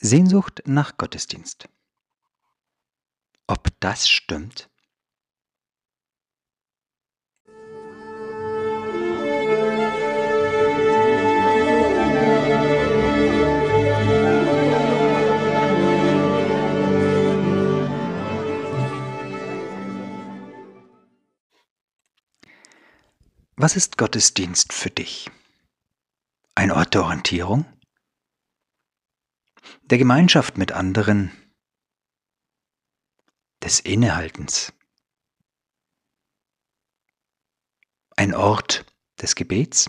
Sehnsucht nach Gottesdienst. Ob das stimmt? Was ist Gottesdienst für dich? Ein Ort der Orientierung? Der Gemeinschaft mit anderen? Des Innehaltens? Ein Ort des Gebets?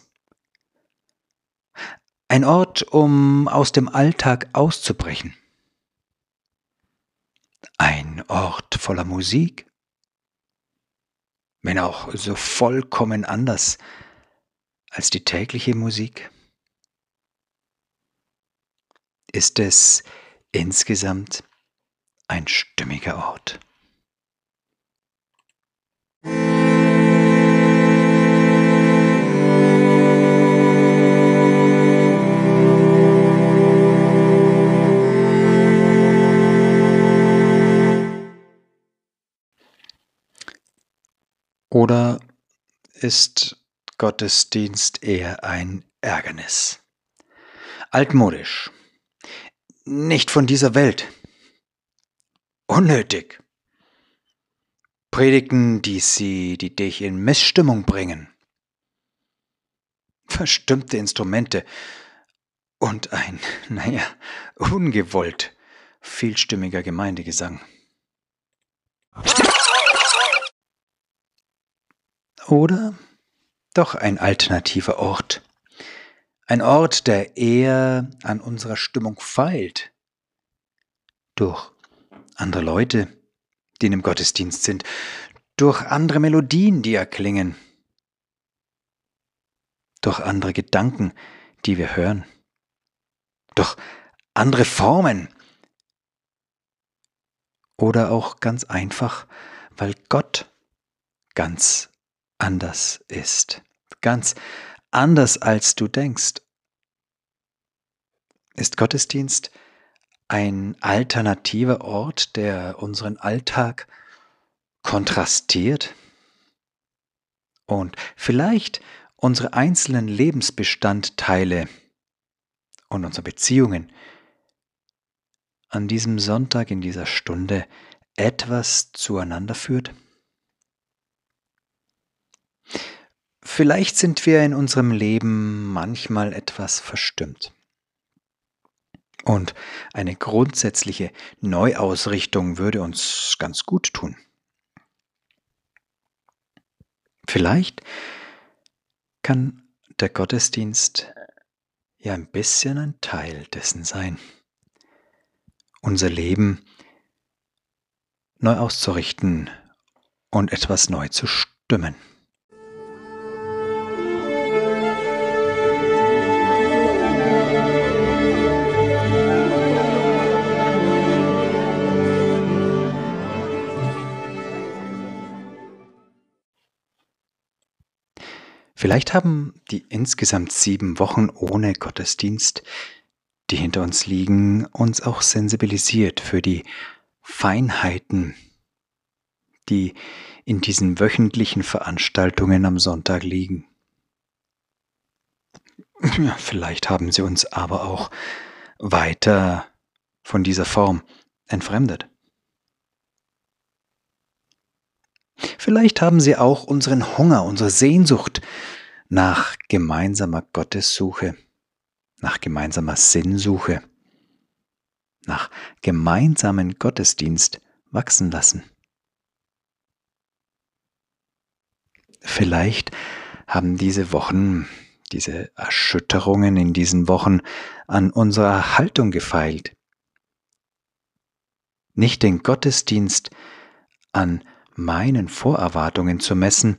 Ein Ort, um aus dem Alltag auszubrechen? Ein Ort voller Musik? Wenn auch so vollkommen anders als die tägliche Musik? Ist es insgesamt ein stimmiger Ort? Oder ist Gottesdienst eher ein Ärgernis? Altmodisch, nicht von dieser Welt, unnötig. Predigten, die dich in Missstimmung bringen. Verstimmte Instrumente und ein, ungewollt vielstimmiger Gemeindegesang. Oder doch ein alternativer Ort. Ein Ort, der eher an unserer Stimmung feilt. Durch andere Leute, die im Gottesdienst sind. Durch andere Melodien, die erklingen. Durch andere Gedanken, die wir hören. Durch andere Formen. Oder auch ganz einfach, weil Gott ganz anders ist. Ganz anders als du denkst. Ist Gottesdienst ein alternativer Ort, der unseren Alltag kontrastiert und vielleicht unsere einzelnen Lebensbestandteile und unsere Beziehungen an diesem Sonntag in dieser Stunde etwas zueinander führt? Vielleicht sind wir in unserem Leben manchmal etwas verstimmt. Und eine grundsätzliche Neuausrichtung würde uns ganz gut tun. Vielleicht kann der Gottesdienst ja ein bisschen ein Teil dessen sein. Unser Leben neu auszurichten und etwas neu zu stimmen. Vielleicht haben die insgesamt 7 Wochen ohne Gottesdienst, die hinter uns liegen, uns auch sensibilisiert für die Feinheiten, die in diesen wöchentlichen Veranstaltungen am Sonntag liegen. Ja, vielleicht haben sie uns aber auch weiter von dieser Form entfremdet. Vielleicht haben sie auch unseren Hunger, unsere Sehnsucht nach gemeinsamer Gottessuche, nach gemeinsamer Sinnsuche, nach gemeinsamen Gottesdienst wachsen lassen. Vielleicht haben diese Wochen, diese Erschütterungen in diesen Wochen an unserer Haltung gefeilt. Nicht den Gottesdienst an meinen Vorerwartungen zu messen,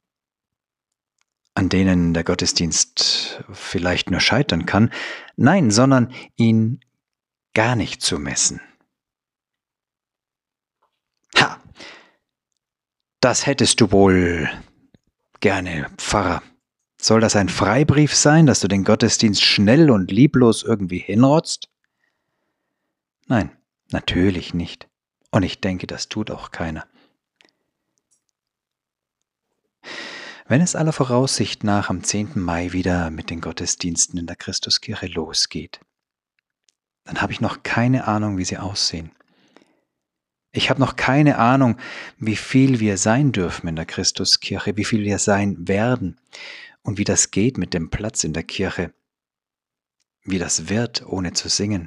an denen der Gottesdienst vielleicht nur scheitern kann, nein, sondern ihn gar nicht zu messen. Ha! Das hättest du wohl gerne, Pfarrer. Soll das ein Freibrief sein, dass du den Gottesdienst schnell und lieblos irgendwie hinrotzt? Nein, natürlich nicht. Und ich denke, das tut auch keiner. Wenn es aller Voraussicht nach am 10. Mai wieder mit den Gottesdiensten in der Christuskirche losgeht, dann habe ich noch keine Ahnung, wie sie aussehen. Ich habe noch keine Ahnung, wie viel wir sein dürfen in der Christuskirche, wie viel wir sein werden und wie das geht mit dem Platz in der Kirche, wie das wird, ohne zu singen.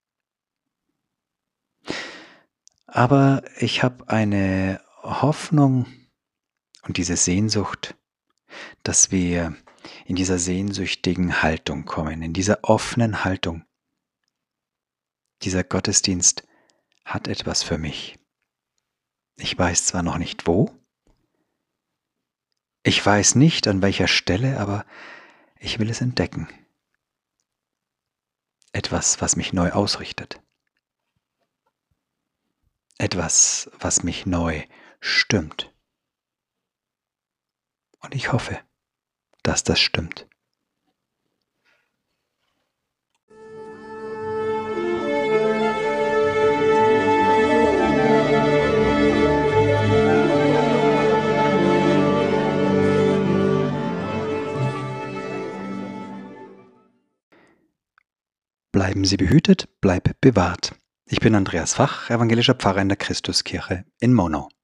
Aber ich habe eine Hoffnung und diese Sehnsucht, dass wir in dieser sehnsüchtigen Haltung kommen, in dieser offenen Haltung. Dieser Gottesdienst hat etwas für mich. Ich weiß zwar noch nicht wo, ich weiß nicht an welcher Stelle, aber ich will es entdecken. Etwas, was mich neu ausrichtet. Etwas, was mich neu stimmt. Und ich hoffe, dass das stimmt. Bleiben Sie behütet, bleib bewahrt. Ich bin Andreas Fach, evangelischer Pfarrer in der Christuskirche in Monau.